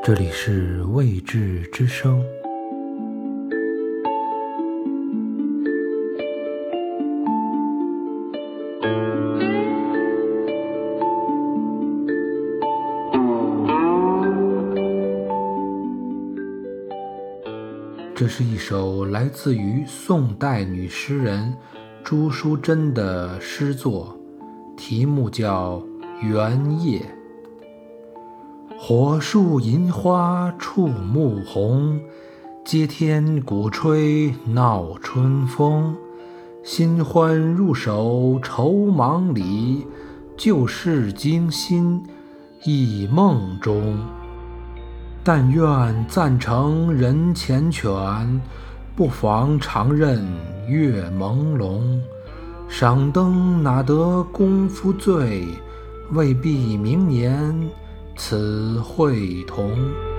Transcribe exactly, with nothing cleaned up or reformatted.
这里是未知之声。这是一首来自于宋代女诗人朱淑珍的诗作，题目叫《原夜》。火树银花触目红，接天鼓吹闹春风。新欢入手愁忙里，旧事惊心忆梦中。但愿暂成人缱绻，不妨常任月朦胧。赏灯哪得功夫醉，未必明年此会同。